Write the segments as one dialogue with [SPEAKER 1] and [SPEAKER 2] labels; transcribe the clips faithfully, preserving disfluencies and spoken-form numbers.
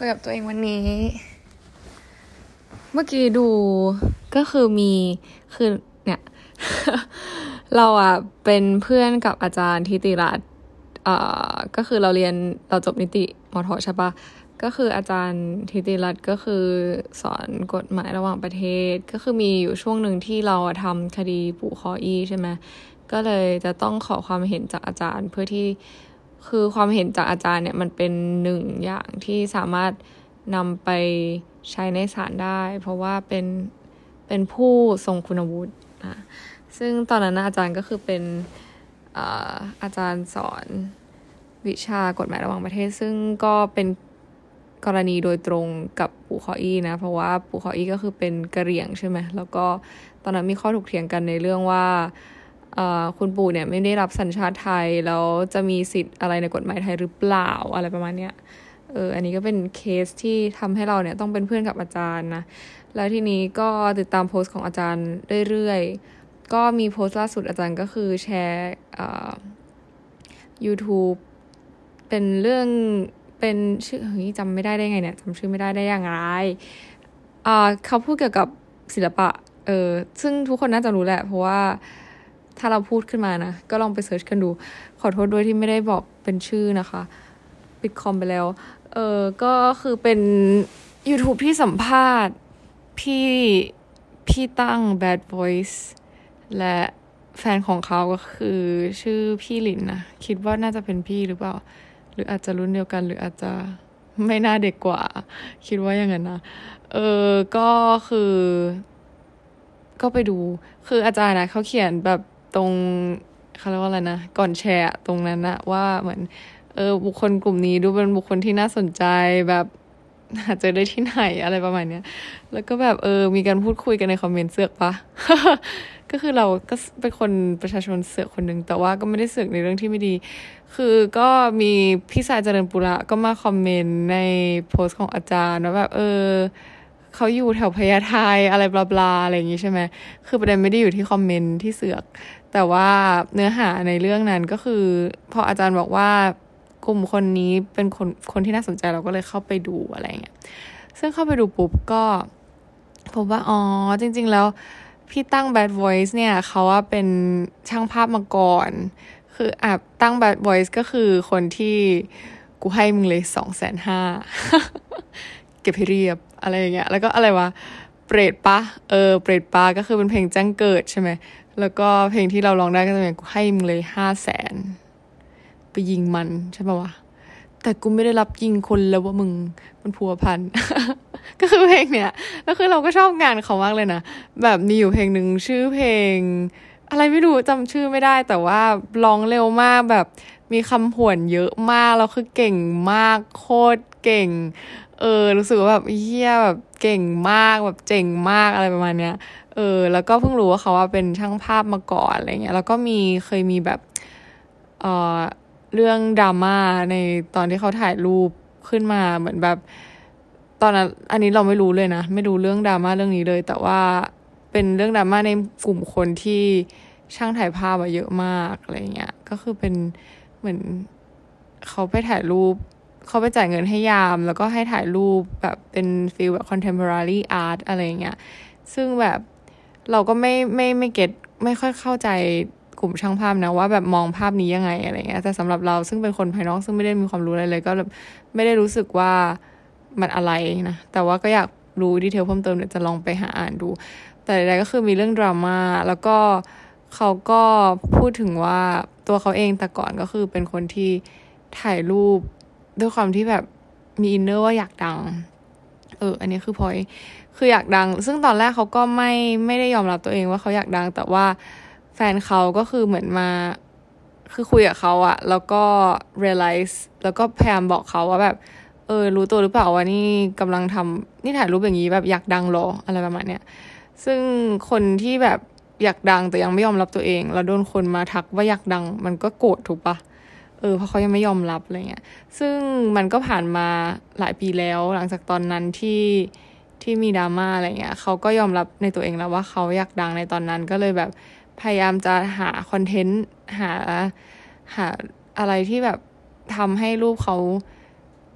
[SPEAKER 1] กับตัวเองวันนี้เมื่อกี้ดูก็คือมีคือเนี่ย เราอ่ะเป็นเพื่อนกับอาจารย์ทิติรัตน์เอ่อก็คือเราเรียนเราจบนิติมทใช่ปะก็คืออาจารย์ทิติรัตน์ก็คือสอนกฎหมายระหว่างประเทศก็คือมีอยู่ช่วงหนึ่งที่เราทำคดีปู่คออี้ใช่ไหมก็เลยจะต้องขอความเห็นจากอาจารย์เพื่อที่คือความเห็นจากอาจารย์เนี่ยมันเป็นหนึ่งอย่างที่สามารถนำไปใช้ในศาลได้เพราะว่าเป็นเป็นผู้ทรงคุณวุฒินะซึ่งตอนนั้นอาจารย์ก็คือเป็นอ่าอาจารย์สอนวิชากฎหมายระหว่างประเทศซึ่งก็เป็นกรณีโดยตรงกับปู่คออี้นะเพราะว่าปู่คออี้ก็คือเป็นกะเหรี่ยงใช่ไหมแล้วก็ตอนนั้นมีข้อถกเถียงกันในเรื่องว่าคุณปู่เนี่ยไม่ได้รับสัญชาติไทยแล้วจะมีสิทธิ์อะไรในกฎหมายไทยหรือเปล่าอะไรประมาณเนี้ยเอออันนี้ก็เป็นเคสที่ทำให้เราเนี่ยต้องเป็นเพื่อนกับอาจารย์นะแล้วทีนี้ก็ติดตามโพสต์ของอาจารย์เรื่อยๆก็มีโพสต์ล่าสุดอาจารย์ก็คือแชร์อ่า YouTube เป็นเรื่องเป็นชื่อเฮ้ยจำไม่ได้ได้ไงเนี่ยจำชื่อไม่ได้ได้อย่างไรอ่าเขาพูดเกี่ยวกับศิลปะเออซึ่งทุกคนน่าจะรู้แหละเพราะว่าถ้าเราพูดขึ้นมานะก็ลองไปเสิร์ชกันดูขอโทษด้วยที่ไม่ได้บอกเป็นชื่อนะคะปิดคอมไปแล้วเออก็คือเป็น YouTube ที่สัมภาษณ์พี่พี่ตั้ง Bad Voice และแฟนของเขาก็คือชื่อพี่หลินนะคิดว่าน่าจะเป็นพี่หรือเปล่าหรืออาจจะรุ่นเดียวกันหรืออาจจะไม่น่าเด็กกว่าคิดว่าอย่างนั้นนะเออก็คือก็ไปดูคืออาจารย์นะเขาเขียนแบบตรงเขาเรียกว่าอะไรนะก่อนแชร์ตรงนั้นนะว่าเหมือนเออบุคคลกลุ่มนี้ดูเป็นบุคคลที่น่าสนใจแบบหาเจอได้ที่ไหนอะไรประมาณเนี้ยแล้วก็แบบเออมีการพูดคุยกันในคอมเมนต์เสือกปะ ก็คือเราก็เป็นคนประชาชนเสือกคนนึงแต่ว่าก็ไม่ได้เสือกในเรื่องที่ไม่ดีคือก็มีพี่สายเจริญปุระก็มาคอมเมนต์ในโพสต์ของอาจารย์ว่าแบบเออเขาอยู่แถวพญาไทอะไรบลาบลาอะไรอย่างงี้ใช่ไหมคือประเด็นไม่ได้อยู่ที่คอมเมนต์ที่เสือกแต่ว่าเนื้อหาในเรื่องนั้นก็คือพออาจารย์บอกว่ากลุ่มคนนี้เป็นคนคนที่น่าสนใจเราก็เลยเข้าไปดูอะไรเงี้ยซึ่งเข้าไปดูปุ๊บก็พบว่าอ๋อจริงๆแล้วพี่ตั้ง Bad Voice เนี่ยเขาว่าเป็นช่างภาพมาก่อนคืออ่ะตั้ง Bad Voice ก็คือคนที่กูให้มึงเลย สองแสนห้าหมื่น เก็บให้เรียบอะไรอย่างเงี้ยแล้วก็อะไรวะเปรตปะเออเปรตปะก็คือเป็นเพลงแจ้งเกิดใช่ไหมแล้วก็เพลงที่เราร้องได้ก็จะเป็นกูให้มึงเลย ห้าแสน ไปยิงมันใช่ป่ะวะแต่กูไม่ได้รับยิงคนแล้วว่ามึงมันพัวพัน ก็คือเพลงเนี้ยแล้วคือเราก็ชอบงานเขามากเลยนะแบบมีอยู่เพลงหนึ่งชื่อเพลงอะไรไม่รู้จำชื่อไม่ได้แต่ว่าร้องเร็วมากแบบมีคำผวนเยอะมากแล้วคือเก่งมากโคตรเก่งเออรู้สึกว่าแบบเฮียแบบเก่งมากแบบเจ๋งมากอะไรประมาณเนี้ยเออแล้วก็เพิ่งรู้ว่าเขาว่าเป็นช่างภาพมาก่อนอะไรเงี้ยแล้วก็มีเคยมีแบบเอ่อเรื่องดราม่าในตอนที่เขาถ่ายรูปขึ้นมาเหมือนแบบตอนนั้นอันนี้เราไม่รู้เลยนะไม่รู้เรื่องดราม่าเรื่องนี้เลยแต่ว่าเป็นเรื่องดราม่าในกลุ่มคนที่ช่างถ่ายภาพอะเยอะมากอะไรเงี้ยก็คือเป็นเหมือนเขาไปถ่ายรูปเขาไปจ่ายเงินให้ยามแล้วก็ให้ถ่ายรูปแบบเป็นฟีลแบบ contemporary art อะไรเงี้ยซึ่งแบบเราก็ไม่ไม่ไม่เก็ตไม่ค่อยเข้าใจกลุ่มช่างภาพนะว่าแบบมองภาพนี้ยังไงอะไรเงี้ยแต่สำหรับเราซึ่งเป็นคนภายนอกซึ่งไม่ได้มีความรู้อะไรเลยก็แบบไม่ได้รู้สึกว่ามันอะไรนะแต่ว่าก็อยากรู้ดีเทลเพิ่มเติมเดี๋ยวจะลองไปหาอ่านดูแต่ใดๆก็คือมีเรื่องดราม่าแล้วก็เขาก็พูดถึงว่าตัวเขาเองแต่ก่อนก็คือเป็นคนที่ถ่ายรูปด้วยความที่แบบมีอินเนอร์ว่าอยากดังเอออันนี้คือพอยคืออยากดังซึ่งตอนแรกเขาก็ไม่ไม่ได้ยอมรับตัวเองว่าเขาอยากดังแต่ว่าแฟนเขาก็คือเหมือนมาคือคุยกับเขาอะแล้วก็ realize แล้วก็พยายามบอกเขาว่าแบบเออรู้ตัวหรือเปล่าว่านี่กำลังทำนี่ถ่ายรูปอย่างนี้แบบอยากดังหรออะไรประมาณเนี้ยซึ่งคนที่แบบอยากดังแต่ยังไม่ยอมรับตัวเองแล้วโดนคนมาทักว่าอยากดังมันก็โกรธถูกปะเออเพราะเขายังไม่ยอมรับอะไรเงี้ยซึ่งมันก็ผ่านมาหลายปีแล้วหลังจากตอนนั้นที่ที่มีดราม่าอะไรเงี้ยเขาก็ยอมรับในตัวเองแล้วว่าเขาอยากดังในตอนนั้นก็เลยแบบพยายามจะหาคอนเทนต์หาหาอะไรที่แบบทำให้รูปเขา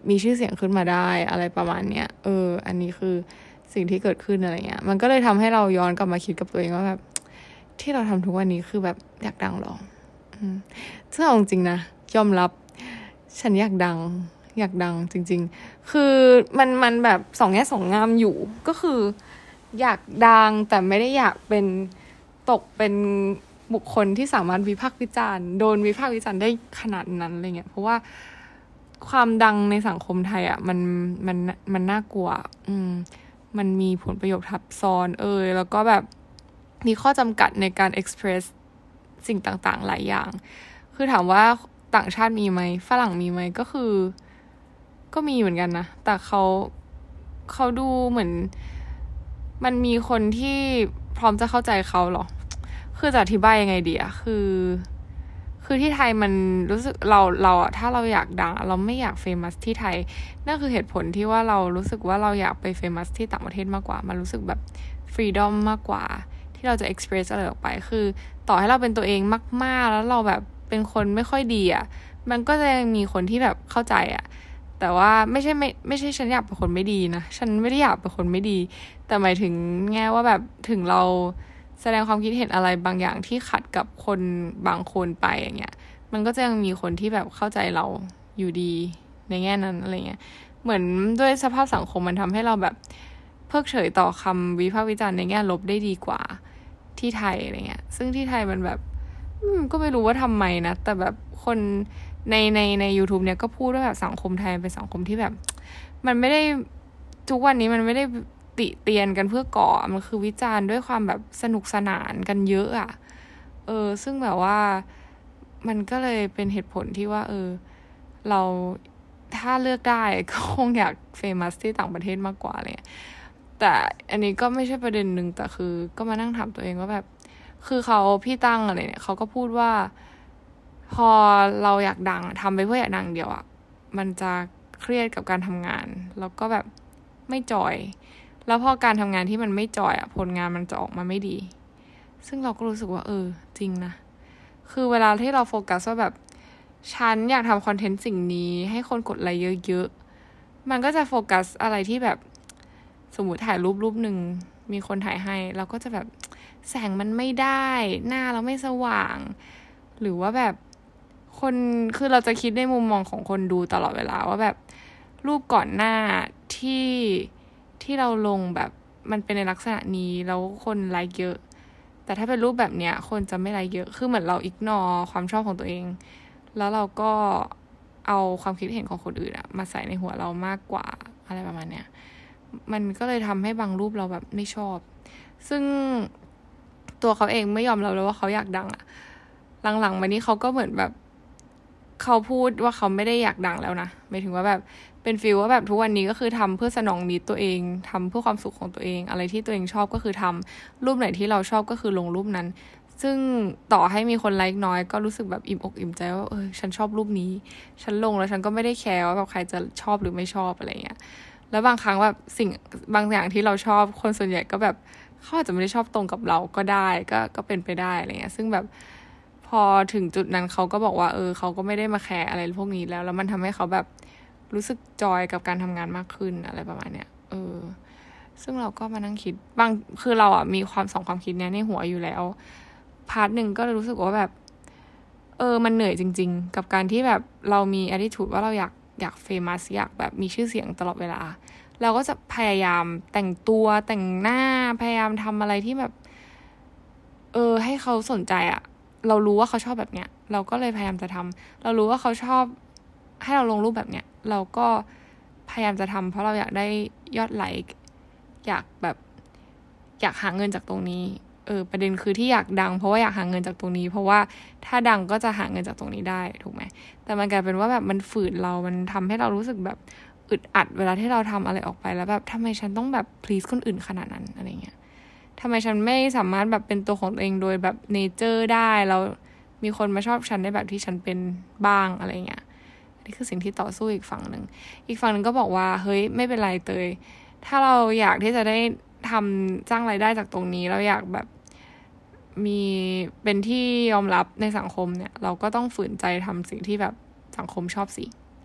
[SPEAKER 1] มีชื่อเสียงขึ้นมาได้อะไรประมาณเนี้ยเอออันนี้คือสิ่งที่เกิดขึ้นอะไรเงี้ยมันก็เลยทำให้เราย้อนกลับมาคิดกับตัวเองว่าแบบที่เราทำทุกวันนี้คือแบบอยากดังหรออืมซึ่งเอาจริงๆนะยอมรับฉันอยากดังอยากดังจริงๆคือมันมันแบบสองแง่สองงามอยู่ก็คืออยากดังแต่ไม่ได้อยากเป็นตกเป็นบุคคลที่สามารถวิพากษ์วิจารณ์โดนวิพากษ์วิจารณ์ได้ขนาดนั้นอะไรเงี้ยเพราะว่าความดังในสังคมไทยอ่ะมันมันมันน่ากลัวอืมมันมีผลประโยชน์ทับซ้อนเออแล้วก็แบบมีข้อจำกัดในการ express สิ่งต่างๆหลายอย่างคือถามว่าต่างชาติมีไหมฝรั่งมีไหมก็คือก็มีเหมือนกันนะแต่เขาเขาดูเหมือนมันมีคนที่พร้อมจะเข้าใจเขาหรอคือจะอธิบายยังไงดีอะคือคือที่ไทยมันรู้สึกเราเราอะถ้าเราอยากดังเราไม่อยากเฟมัสที่ไทยนั่นคือเหตุผลที่ว่าเรารู้สึกว่าเราอยากไปเฟมัสที่ต่างประเทศมากกว่ามันรู้สึกแบบฟรีดอมมากกว่าที่เราจะเอ็กซ์เพรสอะไรออกไปคือต่อให้เราเป็นตัวเองมากๆแล้วเราแบบเป็นคนไม่ค่อยดีอะมันก็จะยังมีคนที่แบบเข้าใจอะแต่ว่าไม่ใช่ไม่ไม่ใช่ฉันอยากเป็นคนไม่ดีนะฉันไม่ได้อยากเป็นคนไม่ดีแต่หมายถึงแง่ว่าแบบถึงเราแสดงความคิดเห็นอะไรบางอย่างที่ขัดกับคนบางคนไปอย่างเงี้ยมันก็จะยังมีคนที่แบบเข้าใจเราอยู่ดีในแง่นั้นอะไรเงี้ยเหมือนด้วยสภาพสังคมมันทำให้เราแบบเพิกเฉยต่อคำวิพากษ์วิจารณ์ในแง่ลบได้ดีกว่าที่ไทยอะไรเงี้ยซึ่งที่ไทยมันแบบก็ไม่รู้ว่าทำไมนะแต่แบบคนในในใน YouTube เนี่ยก็พูดว่าแบบสังคมไทยเป็นสังคมที่แบบมันไม่ได้ทุกวันนี้มันไม่ได้ติเตียนกันเพื่อก่อมันคือวิจารณ์ด้วยความแบบสนุกสนานกันเยอะอ่ะเออซึ่งแบบว่ามันก็เลยเป็นเหตุผลที่ว่าเออเราถ้าเลือกได้ก็คงอยากเฟมัสที่ต่างประเทศมากกว่าเลยแต่อันนี้ก็ไม่ใช่ประเด็นหนึ่งแต่คือก็มานั่งถามตัวเองว่าแบบคือเขาพี่ตั้งอะไรเนี่ยเขาก็พูดว่าพอเราอยากดังทำไปเพื่ออยากดังเดียวอ่ะมันจะเครียดกับการทำงานแล้วก็แบบไม่จอยแล้วพอการทำงานที่มันไม่จอยอ่ะผลงานมันจะออกมาไม่ดีซึ่งเราก็รู้สึกว่าเออจริงนะคือเวลาที่เราโฟกัสว่าแบบฉันอยากทำคอนเทนต์สิ่งนี้ให้คนกดไลค์เยอะๆมันก็จะโฟกัสอะไรที่แบบสมมุติถ่ายรูปรูปหนึ่งมีคนถ่ายให้เราก็จะแบบแสงมันไม่ได้หน้าเราไม่สว่างหรือว่าแบบคนคือเราจะคิดในมุมมองของคนดูตลอดเวลาว่าแบบรูปก่อนหน้าที่ที่เราลงแบบมันเป็นในลักษณะนี้แล้วคนไลค์เยอะแต่ถ้าเป็นรูปแบบเนี้ยคนจะไม่ไลค์เยอะคือเหมือนเราอิกนอร์ความชอบของตัวเองแล้วเราก็เอาความคิดเห็นของคนอื่นอะมาใส่ในหัวเรามากกว่าอะไรประมาณเนี้ยมันก็เลยทำให้บางรูปเราแบบไม่ชอบซึ่งตัวเขาเองไม่ยอมรับเลยว่าเขาอยากดังอะหลังๆมานี้เขาก็เหมือนแบบเขาพูดว่าเขาไม่ได้อยากดังแล้วนะหมายถึงว่าแบบเป็นฟีลว่าแบบทุกวันนี้ก็คือทำเพื่อสนองนิดตัวเองทำเพื่อความสุขของตัวเองอะไรที่ตัวเองชอบก็คือทำรูปไหนที่เราชอบก็คือลงรูปนั้นซึ่งต่อให้มีคนไลค์น้อยก็รู้สึกแบบอิ่มอกอิ่มใจว่าเออฉันชอบรูปนี้ฉันลงแล้วฉันก็ไม่ได้แคร์ว่าแบบใครจะชอบหรือไม่ชอบอะไรเงี้ยแล้วบางครั้งแบบสิ่งบางอย่างที่เราชอบคนส่วนใหญ่ก็แบบเขาอาจจะไม่ได้ชอบตรงกับเราก็ได้ก็ก็เป็นไปได้อะไรเงี้ยซึ่งแบบพอถึงจุดนั้นเขาก็บอกว่าเออเขาก็ไม่ได้มาแคร์อะไรพวกนี้แล้วแล้วมันทำให้เขาแบบรู้สึกจอยกับการทำงานมากขึ้นอะไรประมาณเนี้ยเออซึ่งเราก็มานั่งคิดบางคือเราอ่ะมีความสองความคิดเนี้ยในหัวอยู่แล้วพาร์ทหนึ่งก็รู้สึกว่าแบบเออมันเหนื่อยจริงๆกับการที่แบบเรามี attitude ว่าเราอยากอยากเฟมัสอยากแบบมีชื่อเสียงตลอดเวลาเราก็จะพยายามแต่งตัวแต่งหน้าพยายามทำอะไรที่แบบเออให้เขาสนใจอ่ะเรารู้ว่าเขาชอบแบบเนี้ยเราก็เลยพยายามจะทำเรารู้ว่าเขาชอบให้เราลงรูปแบบเนี้ยเราก็พยายามจะทำเพราะเราอยากได้ยอดไลค์อยากแบบอยากหาเงินจากตรงนี้เออประเด็นคือที่อยากดังเพราะว่าอยากหาเงินจากตรงนี้เพราะว่าถ้าดังก็จะหาเงินจากตรงนี้ได้ถูกไหมแต่มันกลายเป็นว่าแบบมันฝืนเรามันทำให้เรารู้สึกแบบอึดอัดเวลาที่เราทำอะไรออกไปแล้วแบบทำไมฉันต้องแบบ please คนอื่นขนาดนั้นอะไรเงี้ยทำไมฉันไม่สามารถแบบเป็นตัวของตัวเองโดยแบบเนเจอร์ได้แล้วมีคนมาชอบฉันได้แบบที่ฉันเป็นบ้างอะไรเงี้ยนี่คือสิ่งที่ต่อสู้อีกฝั่งหนึ่งอีกฝั่งหนึ่งก็บอกว่าเฮ้ยไม่เป็นไรเตยถ้าเราอยากที่จะได้ทำสร้างรายได้จากตรงนี้เราอยากแบบมีเป็นที่ยอมรับในสังคมเนี่ยเราก็ต้องฝืนใจทำสิ่งที่แบบสังคมชอบสิ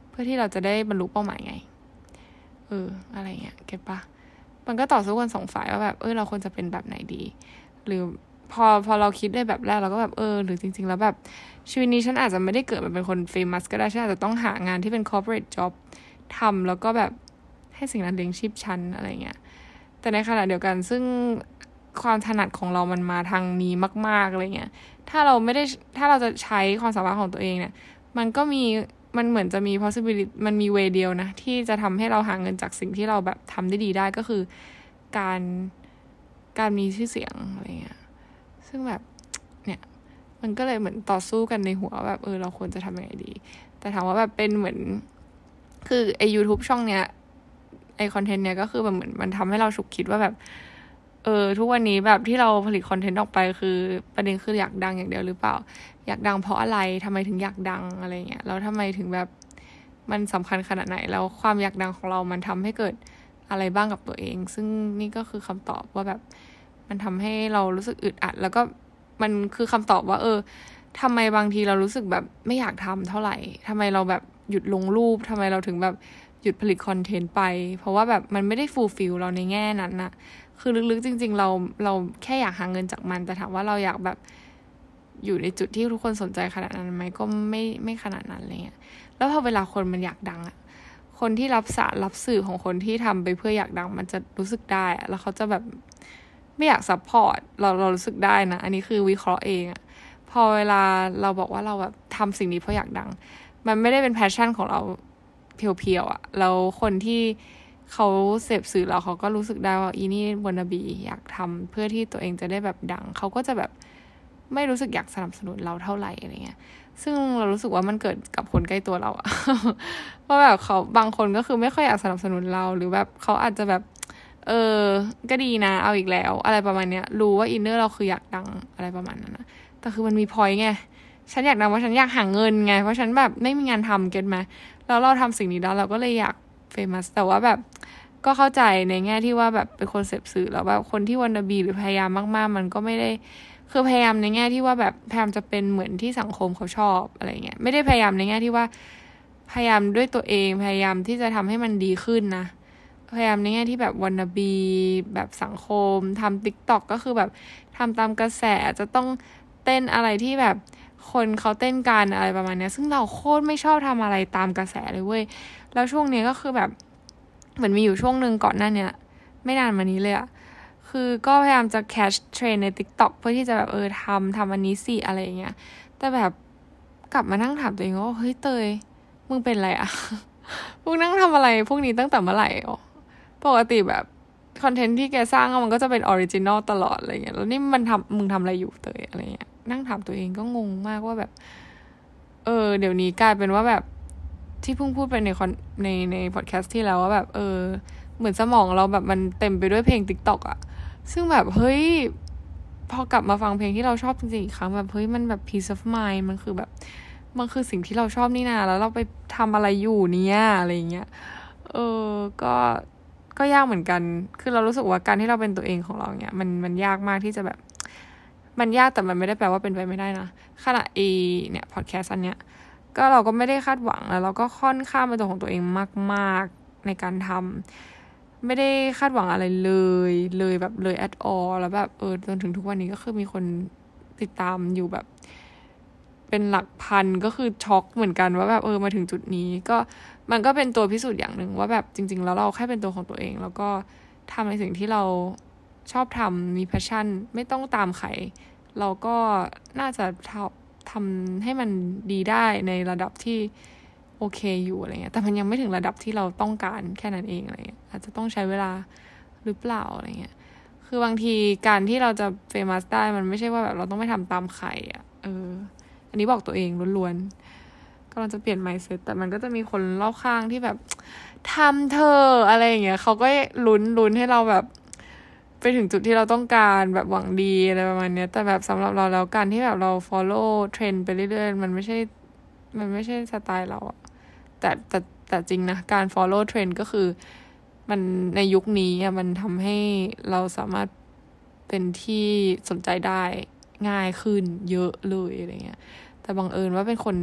[SPEAKER 1] เพื่อที่เราจะได้บรรลุเป้าหมายไงเอออะไรเงี้ยเก็ตปะมันก็ต่อสู้กันสองฝ่ายว่าแบบเออเราควรจะเป็นแบบไหนดีหรือพอพอเราคิดได้แบบแรกเราก็แบบเออหรือจริงๆแล้วแบบชีวิตนี้ฉันอาจจะไม่ได้เกิดมาเป็นคนเฟมัสก็ได้ฉันอาจจะต้องหางานที่เป็น corporate job ทำแล้วก็แบบให้สิ่งนั้นเลี้ยงชีพฉันอะไรเงี้ยแต่ในขณะเดียวกันซึ่งความถนัดของเรามันมาทางนี้มากๆอะไรเงี้ยถ้าเราไม่ได้ถ้าเราจะใช้ความสามารถของตัวเองเนี่ยมันก็มีมันเหมือนจะมี possibility มันมี way เดียวนะที่จะทำให้เราหาเงินจากสิ่งที่เราแบบทำได้ดีได้ก็คือการการมีชื่อเสียงอะไรเงี้ยซึ่งแบบเนี่ยมันก็เลยเหมือนต่อสู้กันในหัวแบบเออเราควรจะทำยังไงดีแต่ถามว่าแบบเป็นเหมือนคือไอ YouTube ช่องเนี้ยไอคอนเทนต์เนี้ยก็คือแบบเหมือนมันทำให้เราฉุกคิดว่าแบบเออทุกวันนี้แบบที่เราผลิตคอนเทนต์ออกไปคือประเด็นคืออยากดังอย่างเดียวหรือเปล่าอยากดังเพราะอะไรทำไมถึงอยากดังอะไรเงี้ยแล้วทำไมถึงแบบมันสำคัญขนาดไหนแล้วความอยากดังของเรามันทำให้เกิดอะไรบ้างกับตัวเองซึ่งนี่ก็คือคำตอบว่าแบบมันทำให้เรารู้สึกอึดอัดแล้วก็มันคือคำตอบว่าเออทำไมบางทีเรารู้สึกแบบไม่อยากทำเท่าไหร่ทำไมเราแบบหยุดลงรูปทำไมเราถึงแบบหยุดผลิตคอนเทนต์ไปเพราะว่าแบบมันไม่ได้ฟูลฟิลเราในแง่นั้นน่ะคือลึกๆจริงๆเราเราแค่อยากหาเงินจากมันแต่ถามว่าเราอยากแบบอยู่ในจุดที่ทุกคนสนใจขนาดนั้นไหมก็ไม่ไม่ขนาดนั้นอะไรเงี้ยแล้วพอเวลาคนมันอยากดังอะคนที่รับสารรับสื่อของคนที่ทำไปเพื่ออยากดังมันจะรู้สึกได้อะแล้วเขาจะแบบไม่อยากซัพพอร์ตเราเรารู้สึกได้นะอันนี้คือวิเคราะห์เองอะพอเวลาเราบอกว่าเราแบบทำสิ่งนี้เพราะอยากดังมันไม่ได้เป็นแพชชั่นของเราเพียวๆอะแล้วคนที่เขาเสพสื่อเราเขาก็รู้สึกได้ว่าอีนี่วานาบีอยากทำเพื่อที่ตัวเองจะได้แบบดังเขาก็จะแบบไม่รู้สึกอยากสนับสนุนเราเท่าไหร่อะไรเงี้ยซึ่งเรารู้สึกว่ามันเกิดกับคนใกล้ตัวเราอะ ว่าแบบเขาบางคนก็คือไม่ค่อยอยากสนับสนุนเราหรือแบบเขาอาจจะแบบเออก็ดีนะเอาอีกแล้วอะไรประมาณเนี้ยรู้ว่าอินเนอร์เราคืออยากดังอะไรประมาณนั้นนะแต่คือมันมีพอยต์ไงฉันอยากดังเพราะฉันอยากหาเงินไงเพราะฉันแบบไม่มีงานทำเก็ตไหมแล้วเราทำสิ่งนี้แล้วเราก็เลยอยากเฟมัสแต่ว่าแบบก็เข้าใจในแง่ที่ว่าแบบเป็นคนเสพสื่อแล้วแบบคนที่วานาบีหรือพยายามมากๆมันก็ไม่ได้คือพยายามในแง่ที่ว่าแบบพยายามจะเป็นเหมือนที่สังคมเขาชอบอะไรเงี้ยไม่ได้พยายามในแง่ที่ว่าพยายามด้วยตัวเองพยายามที่จะทำให้มันดีขึ้นนะพยายามในแง่ที่แบบวานาบีแบบสังคมทำ TikTok ก็คือแบบทำตามกระแสจะต้องเต้นอะไรที่แบบคนเขาเต้นกันอะไรประมาณนี้ซึ่งเราโคตรไม่ชอบทำอะไรตามกระแสเลยเว้ยแล้วช่วงนี้ก็คือแบบเหมือนมีอยู่ช่วงนึงก่อนหน้าเนี้ยไม่นานมานี้เลยอะคือก็พยายามจะ catch trend ใน TikTok เพื่อที่จะแบบเออทำทำอันนี้สิอะไรอย่างเงี้ยแต่แบบกลับมานั่งถามตัวเองว่าเฮ้ยเตยมึงเป็นอะไรอะ พวกนั่งทำอะไรพวกนี้ตั้งแต่เมื่อไหร่อ๋อปกติแบบคอนเทนต์ที่แกสร้างมันก็จะเป็นออริจินอลตลอดอะไรเงี้ยแล้วนี่มันทำมึงทำอะไรอยู่เตยอะไรเงี้ยนั่งถามตัวเองก็งงมากว่าแบบเออเดี๋ยวนี้กลายเป็นว่าแบบที่เพิ่งพูดไปในคอนในในพอดแคสต์ที่แล้วว่าแบบเออเหมือนสมองเราแบบมันเต็มไปด้วยเพลง TikTok อะซึ่งแบบเฮ้ยพอกลับมาฟังเพลงที่เราชอบจริงๆอีกครั้งแบบเฮ้ยมันแบบ peace of mind มันคือแบบมันคือสิ่งที่เราชอบนี่นาแล้วเราไปทำอะไรอยู่เนี่ยอะไรเงี้ยเออก็ก็ยากเหมือนกันคือเรารู้สึกว่าการที่เราเป็นตัวเองของเราเนี่ยมันมันยากมากที่จะแบบมันยากแต่มันไม่ได้แปลว่าเป็นไปไม่ได้นะขณะเอเนี่ยพอดแคสต์อันเนี้ยก็เราก็ไม่ได้คาดหวังแล้วเราก็ค่อนข้างเป็นตัวของตัวเองมากๆในการทำไม่ได้คาดหวังอะไรเลยเลยแบบเลย at all แล้วแบบเออจนถึงทุกวันนี้ก็คือมีคนติดตามอยู่แบบเป็นหลักพันก็คือช็อกเหมือนกันว่าแบบเออมาถึงจุดนี้ก็มันก็เป็นตัวพิสูจน์อย่างหนึ่งว่าแบบจริงๆแล้วเราแค่เป็นตัวของตัวเองแล้วก็ทำในสิ่งที่เราชอบทำมี passion ไม่ต้องตามใครเราก็น่าจะทำให้มันดีได้ในระดับที่โอเคอยู่อะไรเงี้ยแต่มันยังไม่ถึงระดับที่เราต้องการแค่นั้นเองอะไรเงี้ยอาจจะต้องใช้เวลาหรือเปล่าอะไรเงี้ยคือบางทีการที่เราจะเฟมัสได้มันไม่ใช่ว่าแบบเราต้องไม่ทำตามใครอ่ะเอออันนี้บอกตัวเองล้วนๆกำลังจะเปลี่ยน mindset แต่มันก็จะมีคนรอบข้างที่แบบทำเธออะไรอย่างเงี้ยเขาก็ลุ้นลุ้นให้เราแบบไปถึงจุดที่เราต้องการแบบหวังดีอะไรประมาณเนี้ยแต่แบบสำหรับเราแล้วการที่แบบเรา follow trend ไปเรื่อยๆมันไม่ใช่มันไม่ใช่สไตล์เราอะแต่แต่แต่จริงนะการ follow trend ก็คือมันในยุคนี้อะมันทำให้เราสามารถเป็นที่สนใจได้ง่ายขึ้นเยอะเลยอะไรเงี้ยแต่บังเอิญว่าเป็นคน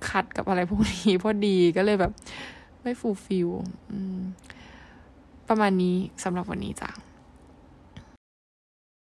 [SPEAKER 1] ขัดกับอะไรพวกนี้พอดีก็เลยแบบไม่ฟูลฟิลประมาณนี้สำหรับวันนี้จ้ะ